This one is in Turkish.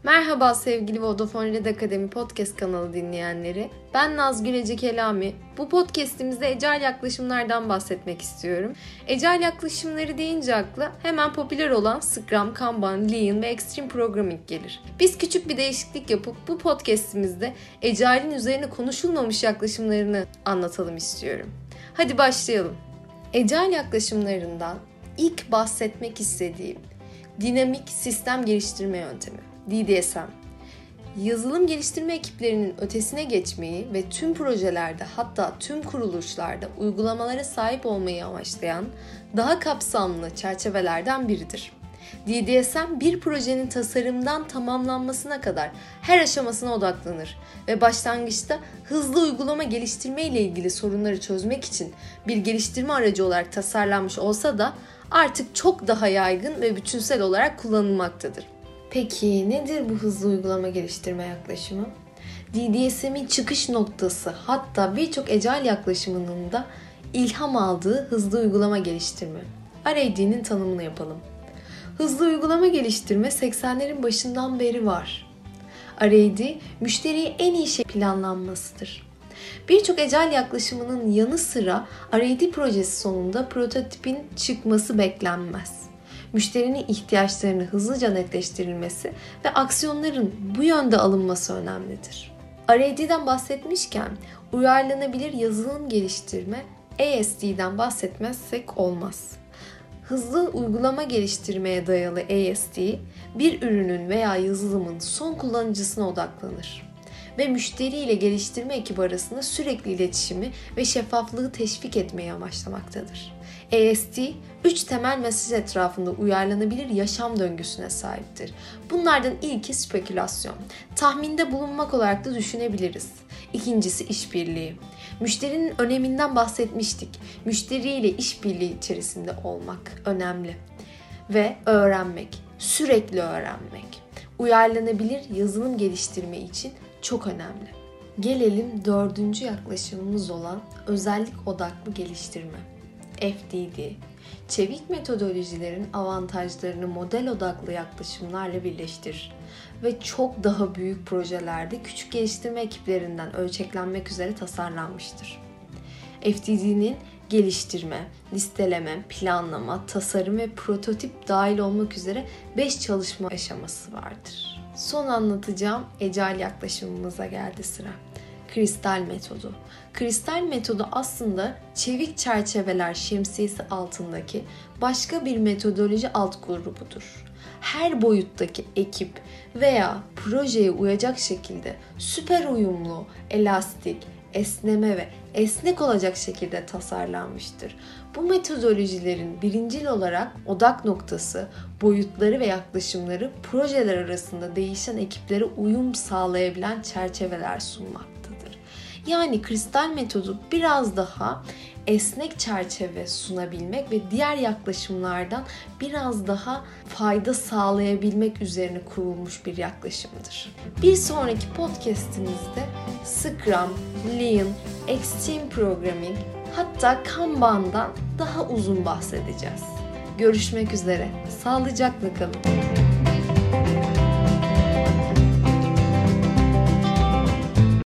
Merhaba sevgili Vodafone Red Akademi Podcast kanalı dinleyenleri. Ben Nazgül Ece Kelami. Bu podcastimizde Agile yaklaşımlardan bahsetmek istiyorum. Agile yaklaşımları deyince akla hemen popüler olan Scrum, Kanban, Lean ve Extreme Programming gelir. Biz küçük bir değişiklik yapıp bu podcastimizde Agile'in üzerine konuşulmamış yaklaşımlarını anlatalım istiyorum. Hadi başlayalım. Agile yaklaşımlarından ilk bahsetmek istediğim dinamik sistem geliştirme yöntemi. DDSM, yazılım geliştirme ekiplerinin ötesine geçmeyi ve tüm projelerde hatta tüm kuruluşlarda uygulamalara sahip olmayı amaçlayan daha kapsamlı çerçevelerden biridir. DDSM bir projenin tasarımdan tamamlanmasına kadar her aşamasına odaklanır ve başlangıçta hızlı uygulama geliştirme ile ilgili sorunları çözmek için bir geliştirme aracı olarak tasarlanmış olsa da artık çok daha yaygın ve bütünsel olarak kullanılmaktadır. Peki nedir bu hızlı uygulama geliştirme yaklaşımı? DDSM'in çıkış noktası, hatta birçok Agile yaklaşımının da ilham aldığı hızlı uygulama geliştirme. RAD'nin tanımını yapalım. Hızlı uygulama geliştirme 80'lerin başından beri var. RAD, müşteriye en iyi planlanmasıdır. Birçok Agile yaklaşımının yanı sıra RAD projesi sonunda prototipin çıkması beklenmez. Müşterinin ihtiyaçlarını hızlıca netleştirilmesi ve aksiyonların bu yönde alınması önemlidir. RAD'den bahsetmişken uyarlanabilir yazılım geliştirme ASD'den bahsetmezsek olmaz. Hızlı uygulama geliştirmeye dayalı ASD, bir ürünün veya yazılımın son kullanıcısına odaklanır ve müşteri ile geliştirme ekibi arasında sürekli iletişimi ve şeffaflığı teşvik etmeyi amaçlamaktadır. ASD, 3 temel mesaj etrafında uyarlanabilir yaşam döngüsüne sahiptir. Bunlardan ilki spekülasyon. Tahminde bulunmak olarak da düşünebiliriz. İkincisi işbirliği. Müşterinin öneminden bahsetmiştik. Müşteriyle işbirliği içerisinde olmak önemli. Ve öğrenmek, sürekli öğrenmek. Uyarlanabilir yazılım geliştirme için çok önemli. Gelelim 4. yaklaşımımız olan özellik odaklı geliştirme. FDD, çevik metodolojilerin avantajlarını model odaklı yaklaşımlarla birleştirir ve çok daha büyük projelerde küçük geliştirme ekiplerinden ölçeklenmek üzere tasarlanmıştır. FDD'nin geliştirme, listeleme, planlama, tasarım ve prototip dahil olmak üzere 5 çalışma aşaması vardır. Son anlatacağım Agile yaklaşımımıza geldi sıra. Kristal metodu. Kristal metodu aslında çevik çerçeveler şemsiyesi altındaki başka bir metodoloji alt grubudur. Her boyuttaki ekip veya projeye uyacak şekilde süper uyumlu, elastik, esneme ve esnek olacak şekilde tasarlanmıştır. Bu metodolojilerin birincil olarak odak noktası, boyutları ve yaklaşımları projeler arasında değişen ekiplere uyum sağlayabilen çerçeveler sunmaktadır. Yani kristal metodu biraz daha esnek çerçeve sunabilmek ve diğer yaklaşımlardan biraz daha fayda sağlayabilmek üzerine kurulmuş bir yaklaşımdır. Bir sonraki podcast'imizde Scrum, Lean, Extreme Programming, hatta Kanban'dan daha uzun bahsedeceğiz. Görüşmek üzere. Sağlıcakla kalın.